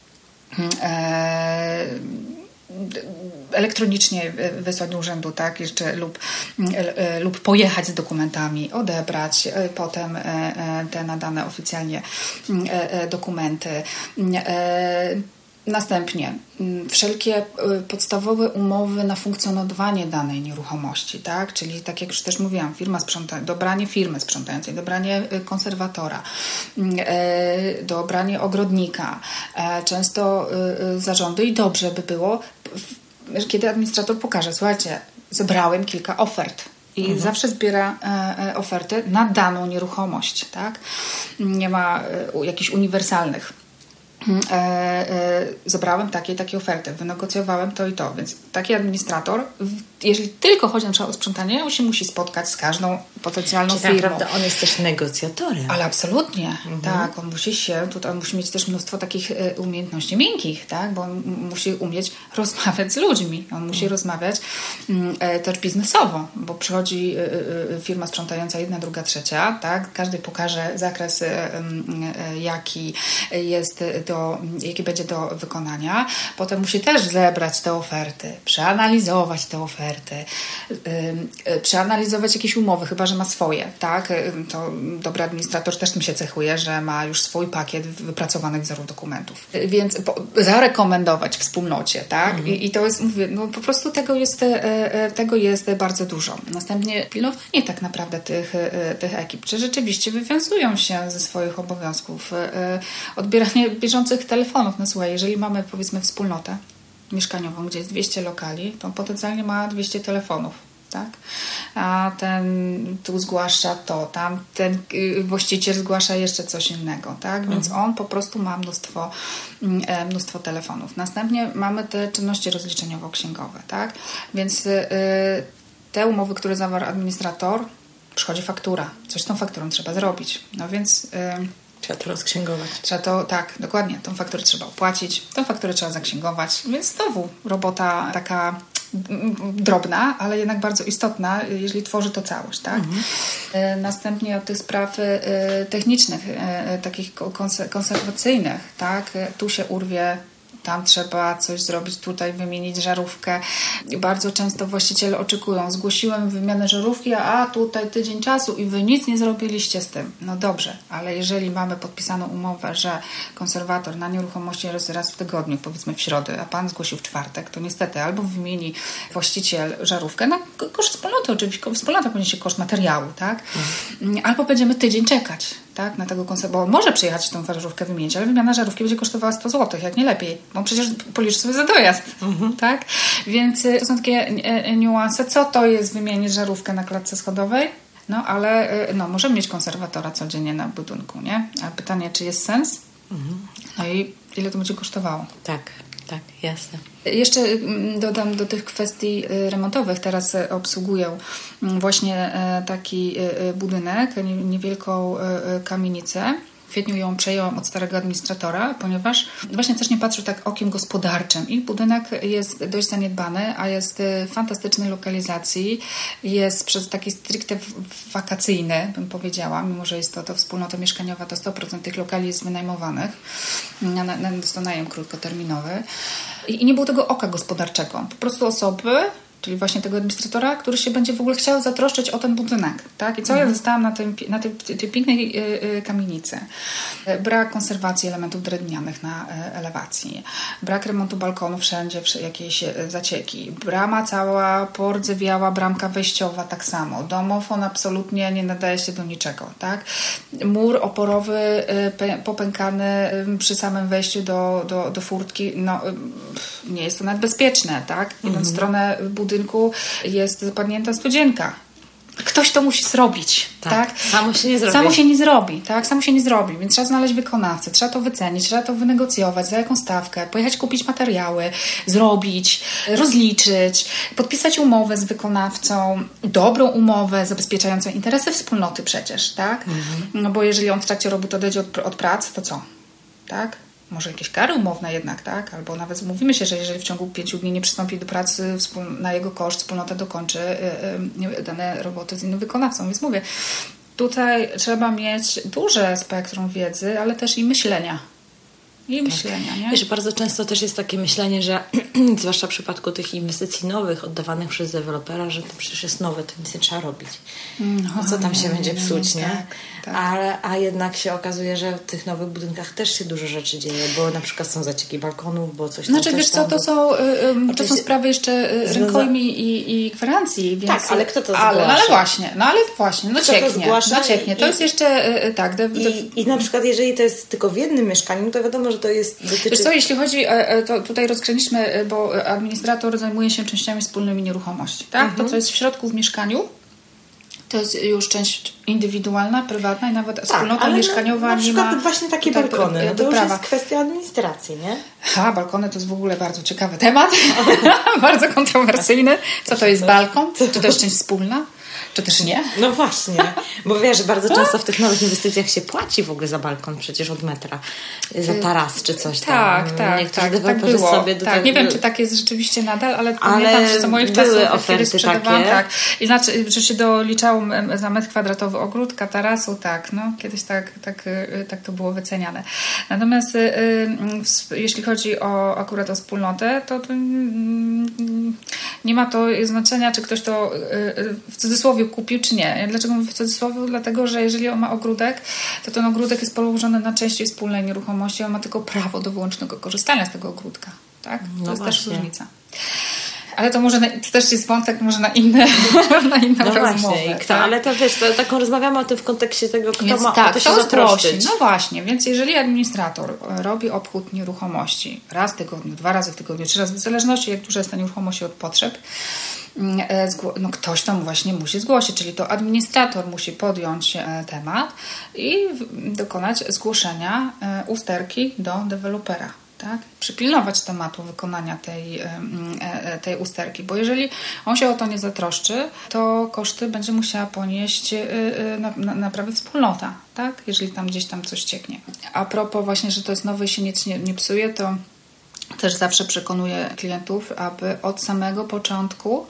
elektronicznie wysłać do urzędu, tak, jeszcze lub pojechać z dokumentami, odebrać potem te nadane oficjalnie dokumenty. Następnie wszelkie podstawowe umowy na funkcjonowanie danej nieruchomości, tak? Czyli tak jak już też mówiłam, dobranie firmy sprzątającej, dobranie konserwatora, dobranie ogrodnika, często zarządy i dobrze by było, kiedy administrator pokaże, słuchajcie, zebrałem kilka ofert. I zawsze zbiera oferty na daną nieruchomość, tak? Nie ma jakichś uniwersalnych. Zebrałem takie oferty, wynegocjowałem to i to, więc taki administrator, jeżeli tylko chodzi na przykład o sprzątanie, on się musi spotkać z każdą potencjalną firmą. Naprawdę on jest też negocjatorem. Ale absolutnie, tak, on musi mieć też mnóstwo takich umiejętności miękkich, tak, bo on musi umieć rozmawiać z ludźmi, on musi rozmawiać też biznesowo, bo przychodzi firma sprzątająca, jedna, druga, trzecia, tak, każdy pokaże zakres, jaki będzie do wykonania. Potem musi też zebrać te oferty, przeanalizować te oferty, przeanalizować jakieś umowy, chyba że ma swoje, tak? To dobry administrator też tym się cechuje, że ma już swój pakiet wypracowanych wzorów dokumentów. Więc zarekomendować wspólnocie, tak? I to jest, mówię, po prostu tego jest bardzo dużo. Następnie pilnowanie tak naprawdę tych ekip, czy rzeczywiście wywiązują się ze swoich obowiązków. Odbieranie bieżących telefonów. No słuchaj, jeżeli mamy powiedzmy wspólnotę mieszkaniową, gdzie jest 200 lokali, to potencjalnie ma 200 telefonów, tak? A ten tu zgłasza to, tam ten właściciel zgłasza jeszcze coś innego, tak? Więc on po prostu ma mnóstwo telefonów. Następnie mamy te czynności rozliczeniowo-księgowe, tak? Więc te umowy, które zawarł administrator, przychodzi faktura. Coś z tą fakturą trzeba zrobić. No więc trzeba to rozksięgować. Tak, dokładnie. Tą fakturę trzeba opłacić, tą fakturę trzeba zaksięgować. Więc znowu robota taka drobna, ale jednak bardzo istotna, jeżeli tworzy to całość, tak? Następnie od tych spraw technicznych, takich konserwacyjnych, tak? Tu się urwie tam trzeba coś zrobić, tutaj wymienić żarówkę. Bardzo często właściciele oczekują, zgłosiłem wymianę żarówki, a tutaj tydzień czasu i wy nic nie zrobiliście z tym. No dobrze, ale jeżeli mamy podpisaną umowę, że konserwator na nieruchomości jest raz w tygodniu, powiedzmy w środę, a pan zgłosił w czwartek, to niestety albo wymieni właściciel żarówkę, na koszt wspólnoty oczywiście, wspólnota poniesie koszt materiału, tak? Albo będziemy tydzień czekać, tak, na tego konserwatora, bo może przyjechać tą żarówkę wymienić, ale wymiana żarówki będzie kosztowała 100 zł, jak nie lepiej, bo przecież policzysz sobie za dojazd, tak? Więc to są takie niuanse. Co to jest wymienić żarówkę na klatce schodowej? No, ale możemy mieć konserwatora codziennie na budynku, nie? A pytanie, czy jest sens? No i ile to będzie kosztowało? Tak, jasne. Jeszcze dodam do tych kwestii remontowych. Teraz obsługuję właśnie taki budynek, niewielką kamienicę. W kwietniu ją przejęłam od starego administratora, ponieważ właśnie też nie patrzył tak okiem gospodarczym. I budynek jest dość zaniedbany, a jest w fantastycznej lokalizacji. Jest przez taki stricte wakacyjny, bym powiedziała, mimo że jest to wspólnota mieszkaniowa, to 100% tych lokali jest wynajmowanych. Jest to najem krótkoterminowy. I nie było tego oka gospodarczego. Po prostu osoby, czyli właśnie tego administratora, który się będzie w ogóle chciał zatroszczyć o ten budynek. Tak? I co ja zostałam na tej pięknej kamienicy. Brak konserwacji elementów drewnianych na elewacji. Brak remontu balkonów wszędzie, jakieś zacieki. Brama cała pordzewiała, bramka wejściowa tak samo. Domofon absolutnie nie nadaje się do niczego. Tak? Mur oporowy popękany przy samym wejściu do furtki. No, nie jest to nawet bezpieczne. Tak? Idąc w stronę budynku jest zapadnięta studzienka. Ktoś to musi zrobić. Tak? Samo się nie zrobi. Samo się nie zrobi. Więc trzeba znaleźć wykonawcę, trzeba to wycenić, trzeba to wynegocjować, za jaką stawkę, pojechać kupić materiały, zrobić, rozliczyć, podpisać umowę z wykonawcą, dobrą umowę zabezpieczającą interesy wspólnoty przecież, tak? No bo jeżeli on w trakcie roboty odejdzie od pracy, to co? Tak? Może jakieś kary umowne jednak, tak? Albo nawet umówimy się, że jeżeli w ciągu 5 dni nie przystąpi do pracy na jego koszt, wspólnota dokończy dane roboty z innym wykonawcą. Więc mówię, tutaj trzeba mieć duże spektrum wiedzy, ale też i myślenia. Nie? Wiesz, bardzo często też jest takie myślenie, że zwłaszcza w przypadku tych inwestycji nowych oddawanych przez dewelopera, że to przecież jest nowe, to nic nie trzeba robić. Co tam się będzie psuć, nie? Tak. A jednak się okazuje, że w tych nowych budynkach też się dużo rzeczy dzieje, bo na przykład są zacieki balkonów, bo coś tam. Znaczy, wiesz co, to są sprawy jeszcze rynkowi i gwarancji. Więc... Tak, ale kto to zgłasza? Ale właśnie, cieknie. To jest jeszcze tak. I na przykład jeżeli to jest tylko w jednym mieszkaniu, to wiadomo, że to jest dotyczy... Wiesz co, jeśli chodzi, to tutaj rozgraniczmy, bo administrator zajmuje się częściami wspólnymi nieruchomości. Tak? To, co jest w środku w mieszkaniu, to jest już część indywidualna, prywatna i nawet wspólnota mieszkaniowa na przykład nie ma właśnie takie balkony. To już jest kwestia administracji, nie? Balkony to jest w ogóle bardzo ciekawy temat. Bardzo kontrowersyjny. Co to jest balkon? Czy to jest część wspólna? Czy też nie? No właśnie, bo wiesz, bardzo często w tych nowych inwestycjach się płaci w ogóle za balkon przecież od metra, za taras czy coś tam. Tak było. Sobie nie wiem, czy tak jest rzeczywiście nadal, ale pamiętam, że za moich czasów oferty takie. Tak. I znaczy, że się doliczało za metr kwadratowy ogródka, tarasu, tak. No, kiedyś tak to było wyceniane. Natomiast jeśli chodzi akurat o wspólnotę, to nie ma to znaczenia, czy ktoś to w cudzysłowie kupił, czy nie. Dlaczego mówię w cudzysłowie? Dlatego, że jeżeli on ma ogródek, to ten ogródek jest położony na części wspólnej nieruchomości, on ma tylko prawo do wyłącznego korzystania z tego ogródka. Tak? To jest też różnica. Ale to może to też jest wątek może na inną rozmowę. Tak? Ale to wiesz, taką rozmawiamy o tym w kontekście tego, kto ma o to się zatroszczyć. No właśnie, więc jeżeli administrator robi obchód nieruchomości raz w tygodniu, 2 razy w tygodniu, 3 razy, w zależności jak duża jest ta nieruchomość od potrzeb, ktoś tam właśnie musi zgłosić, czyli to administrator musi podjąć temat i dokonać zgłoszenia usterki do dewelopera. Tak? Przypilnować tematu wykonania tej usterki, bo jeżeli on się o to nie zatroszczy, to koszty będzie musiała ponieść naprawy wspólnota, tak? Jeżeli tam gdzieś tam coś cieknie. A propos właśnie, że to jest nowe i się nic nie psuje, to też zawsze przekonuję klientów, aby od samego początku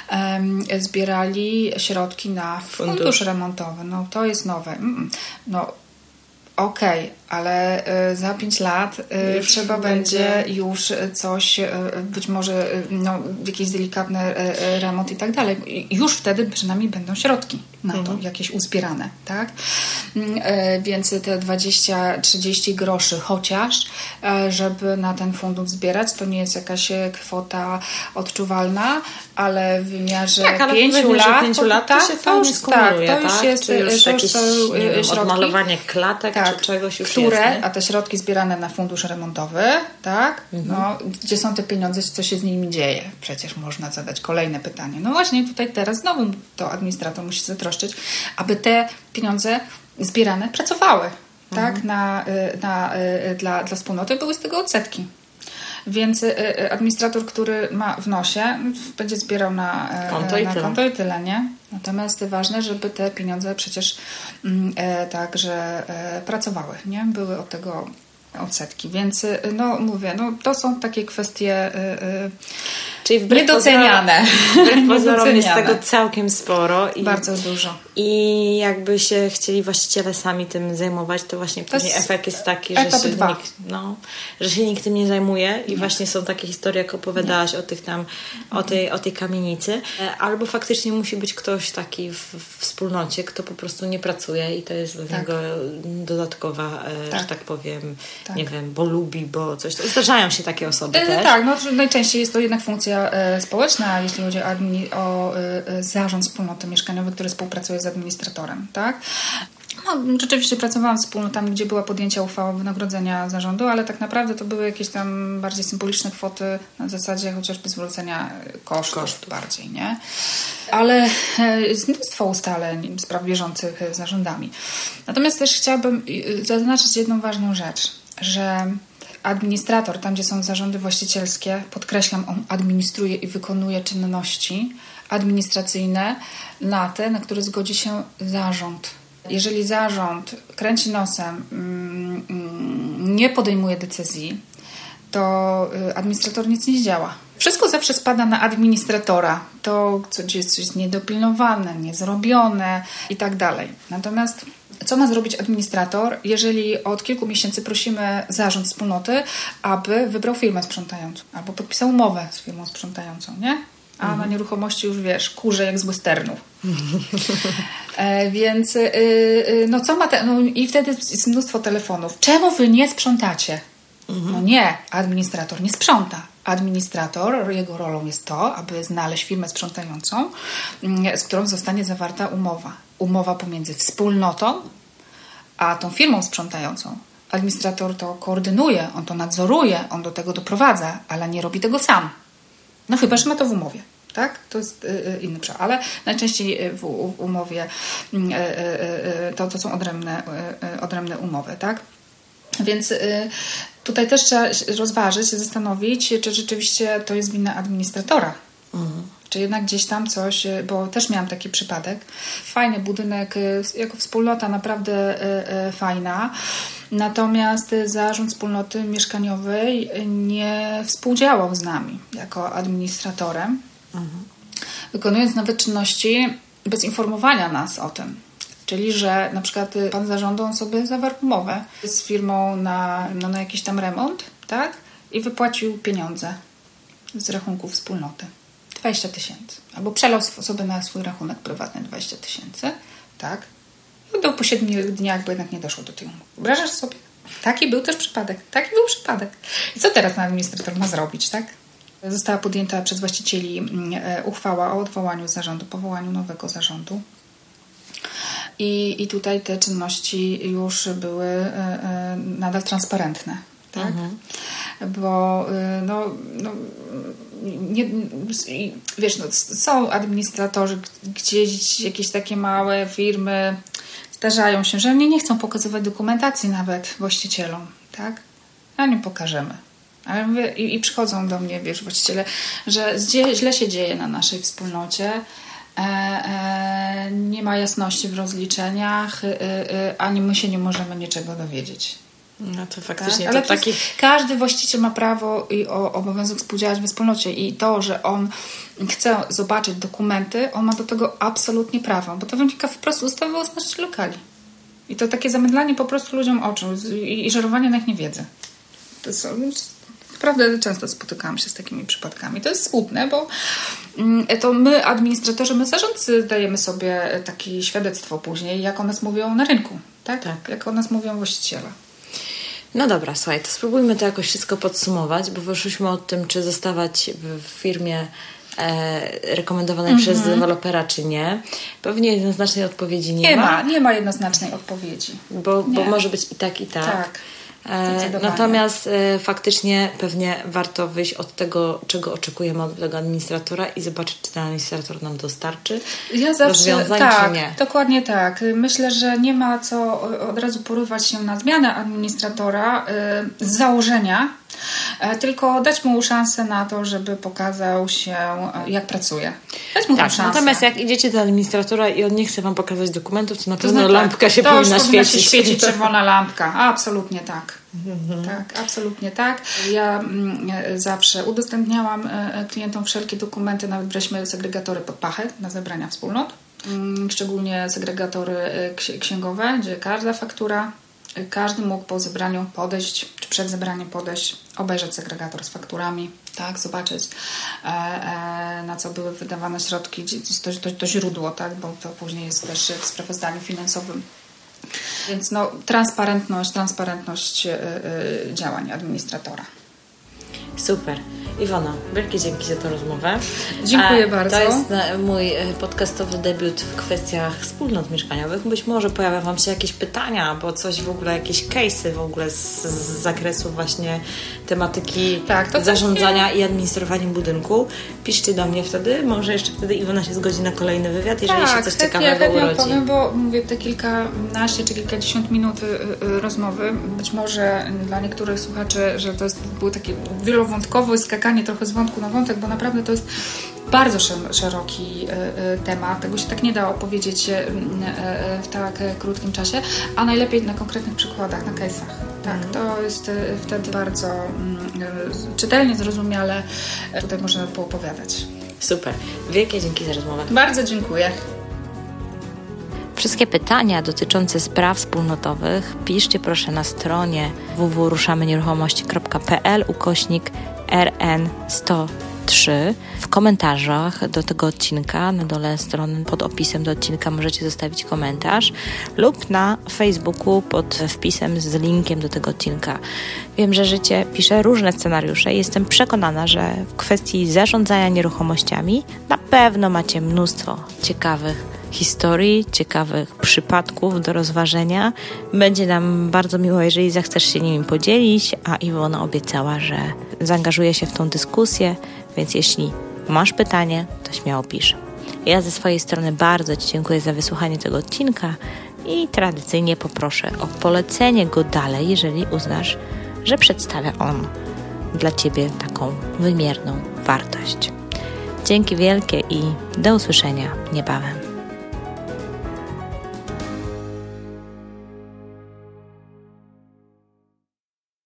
zbierali środki na fundusz remontowy. No to jest nowe. Okej, ale za 5 lat trzeba będzie już coś, być może jakiś delikatny remont i tak dalej. Już wtedy przynajmniej będą środki na to, jakieś uzbierane, tak? Więc te 20-30 groszy chociaż, żeby na ten fundusz zbierać, to nie jest jakaś kwota odczuwalna, ale w wymiarze 5 lat to się to już skumuluje, to już jest to już jakieś, środki, odmalowanie klatek czy czegoś już jest. A te środki zbierane na fundusz remontowy, tak? Gdzie są te pieniądze, co się z nimi dzieje? Przecież można zadać kolejne pytanie. No właśnie tutaj teraz znowu to administrator musi zatroszczyć, aby te pieniądze zbierane pracowały, tak? Dla wspólnoty były z tego odsetki. Więc administrator, który ma w nosie, będzie zbierał na konto i tyle, nie? Natomiast ważne, żeby te pieniądze przecież także pracowały, nie? Były od tego odsetki. Więc mówię, to są takie kwestie czyli niedoceniane. Wbrew pozorom jest tego całkiem sporo. Bardzo dużo. I jakby się chcieli właściciele sami tym zajmować, to właśnie później efekt jest taki, że się nikt tym nie zajmuje i właśnie są takie historie, jak opowiadałaś o tych tam, o tej kamienicy. Albo faktycznie musi być ktoś taki w wspólnocie, kto po prostu nie pracuje i to jest dla niego dodatkowa, że tak powiem, nie wiem, bo lubi, bo coś. Zdarzają się takie osoby też. Tak, najczęściej jest to jednak funkcja społeczna, jeśli chodzi o zarząd wspólnoty mieszkaniowej, który współpracuje z administratorem, tak? Rzeczywiście pracowałam z wspólnotami, gdzie była podjęcia uchwała wynagrodzenia zarządu, ale tak naprawdę to były jakieś tam bardziej symboliczne kwoty na zasadzie chociażby zwrócenia kosztów bardziej, nie? Ale jest mnóstwo ustaleń spraw bieżących z zarządami. Natomiast też chciałabym zaznaczyć jedną ważną rzecz, że administrator, tam gdzie są zarządy właścicielskie, podkreślam, on administruje i wykonuje czynności administracyjne na które zgodzi się zarząd. Jeżeli zarząd kręci nosem, nie podejmuje decyzji, to administrator nic nie zdziała. Wszystko zawsze spada na administratora. To, co jest niedopilnowane, niezrobione i tak dalej. Natomiast co ma zrobić administrator, jeżeli od kilku miesięcy prosimy zarząd wspólnoty, aby wybrał firmę sprzątającą albo podpisał umowę z firmą sprzątającą, nie? A na nieruchomości już wiesz, kurze jak z westernów. Więc co ma i wtedy jest mnóstwo telefonów. Czemu wy nie sprzątacie? No nie, administrator nie sprząta. Administrator, jego rolą jest to, aby znaleźć firmę sprzątającą, z którą zostanie zawarta umowa. Umowa pomiędzy wspólnotą a tą firmą sprzątającą. Administrator to koordynuje, on to nadzoruje, on do tego doprowadza, ale nie robi tego sam. No chyba, że ma to w umowie. Tak? To jest inny przykład. Ale najczęściej w umowie to są odrębne umowy. Tak? Więc tutaj też trzeba rozważyć, zastanowić, czy rzeczywiście to jest wina administratora. Czy jednak gdzieś tam coś, bo też miałam taki przypadek. Fajny budynek, jako wspólnota naprawdę fajna. Natomiast zarząd wspólnoty mieszkaniowej nie współdziałał z nami jako administratorem. Wykonując nawet czynności bez informowania nas o tym. Czyli, że na przykład pan zarządu on sobie zawarł umowę z firmą na jakiś tam remont, tak? I wypłacił pieniądze z rachunku wspólnoty. 20 000. Albo przelał sobie na swój rachunek prywatny 20 000, tak? I oddał po 7 dniach, bo jednak nie doszło do tej umowy. Wyobrażasz sobie? Taki był też przypadek. I co teraz administrator ma zrobić, tak? Została podjęta przez właścicieli uchwała o odwołaniu zarządu, powołaniu nowego zarządu. I tutaj te czynności już były nadal transparentne, tak? Bo są administratorzy, gdzieś jakieś takie małe firmy zdarzają się, że nie chcą pokazywać dokumentacji nawet właścicielom, tak? A nie pokażemy. Ale mówię, i przychodzą do mnie, właściciele, że źle się dzieje na naszej wspólnocie, nie ma jasności w rozliczeniach, ani my się nie możemy niczego dowiedzieć. No to faktycznie tak? Ale każdy właściciel ma prawo i obowiązek współdziałać we wspólnocie i to, że on chce zobaczyć dokumenty, on ma do tego absolutnie prawo, bo to wynika wprost z ustawy o własności lokali. I to takie zamydlanie po prostu ludziom oczu i żerowanie na ich niewiedzy. To są... Naprawdę często spotykałam się z takimi przypadkami. To jest smutne, bo to my, administratorzy, my zarządcy dajemy sobie takie świadectwo później, jak o nas mówią na rynku. Tak? Jak o nas mówią właściciele. No dobra, słuchaj, to spróbujmy to jakoś wszystko podsumować, bo wyszliśmy o tym, czy zostawać w firmie rekomendowanej przez dewelopera, czy nie. Pewnie jednoznacznej odpowiedzi nie ma. Nie ma jednoznacznej odpowiedzi. Bo może być i tak, i tak. Tak. Natomiast faktycznie pewnie warto wyjść od tego, czego oczekujemy od tego administratora i zobaczyć, czy ten administrator nam dostarczy rozwiązań, czy nie. Dokładnie tak. Myślę, że nie ma co od razu porywać się na zmianę administratora z założenia, tylko dać mu szansę na to, żeby pokazał się, jak pracuje. Dać mu tę szansę. Natomiast jak idziecie do administratora i on nie chce wam pokazać dokumentów, to na pewno lampka się powinna świecić. To już się świecić czerwona lampka. Absolutnie tak. Tak, absolutnie tak. Ja zawsze udostępniałam klientom wszelkie dokumenty, nawet braliśmy segregatory pod pachę na zebrania wspólnot. Szczególnie segregatory księgowe, gdzie każda faktura, każdy mógł po zebraniu podejść, czy przed zebraniem podejść, obejrzeć segregator z fakturami, tak, zobaczyć na co były wydawane środki, to źródło, tak, bo to później jest też w sprawozdaniu finansowym. Więc transparentność działań administratora. Super. Iwona, wielkie dzięki za tę rozmowę. Dziękuję bardzo. To jest mój podcastowy debiut w kwestiach wspólnot mieszkaniowych. Być może pojawią wam się jakieś pytania, bo coś w ogóle, jakieś case'y w ogóle z zakresu właśnie tematyki zarządzania i administrowania budynku. Piszcie do mnie wtedy. Może jeszcze wtedy Iwona się zgodzi na kolejny wywiad, jeżeli się coś ciekawego urodzi. Tak, odpowiem, bo mówię, te kilkanaście czy kilkadziesiąt minut rozmowy, być może dla niektórych słuchaczy, że to było takie wielowątkowe skakanie trochę z wątku na wątek, bo naprawdę to jest bardzo szeroki temat. Tego się tak nie da opowiedzieć w tak krótkim czasie, a najlepiej na konkretnych przykładach, na case'ach. Tak, to jest wtedy bardzo czytelnie, zrozumiale tutaj można poopowiadać. Super. Wielkie dzięki za rozmowę. Bardzo dziękuję. Wszystkie pytania dotyczące spraw wspólnotowych piszcie proszę na stronie www.ruchamości.pl/RN103. W komentarzach do tego odcinka, na dole strony pod opisem do odcinka możecie zostawić komentarz lub na Facebooku pod wpisem z linkiem do tego odcinka. Wiem, że życie pisze różne scenariusze i jestem przekonana, że w kwestii zarządzania nieruchomościami na pewno macie mnóstwo ciekawych historii, ciekawych przypadków do rozważenia. Będzie nam bardzo miło, jeżeli zechcesz się nimi podzielić, a Iwona obiecała, że zaangażuje się w tą dyskusję, więc jeśli masz pytanie, to śmiało pisz. Ja ze swojej strony bardzo Ci dziękuję za wysłuchanie tego odcinka i tradycyjnie poproszę o polecenie go dalej, jeżeli uznasz, że przedstawia on dla Ciebie taką wymierną wartość. Dzięki wielkie i do usłyszenia niebawem.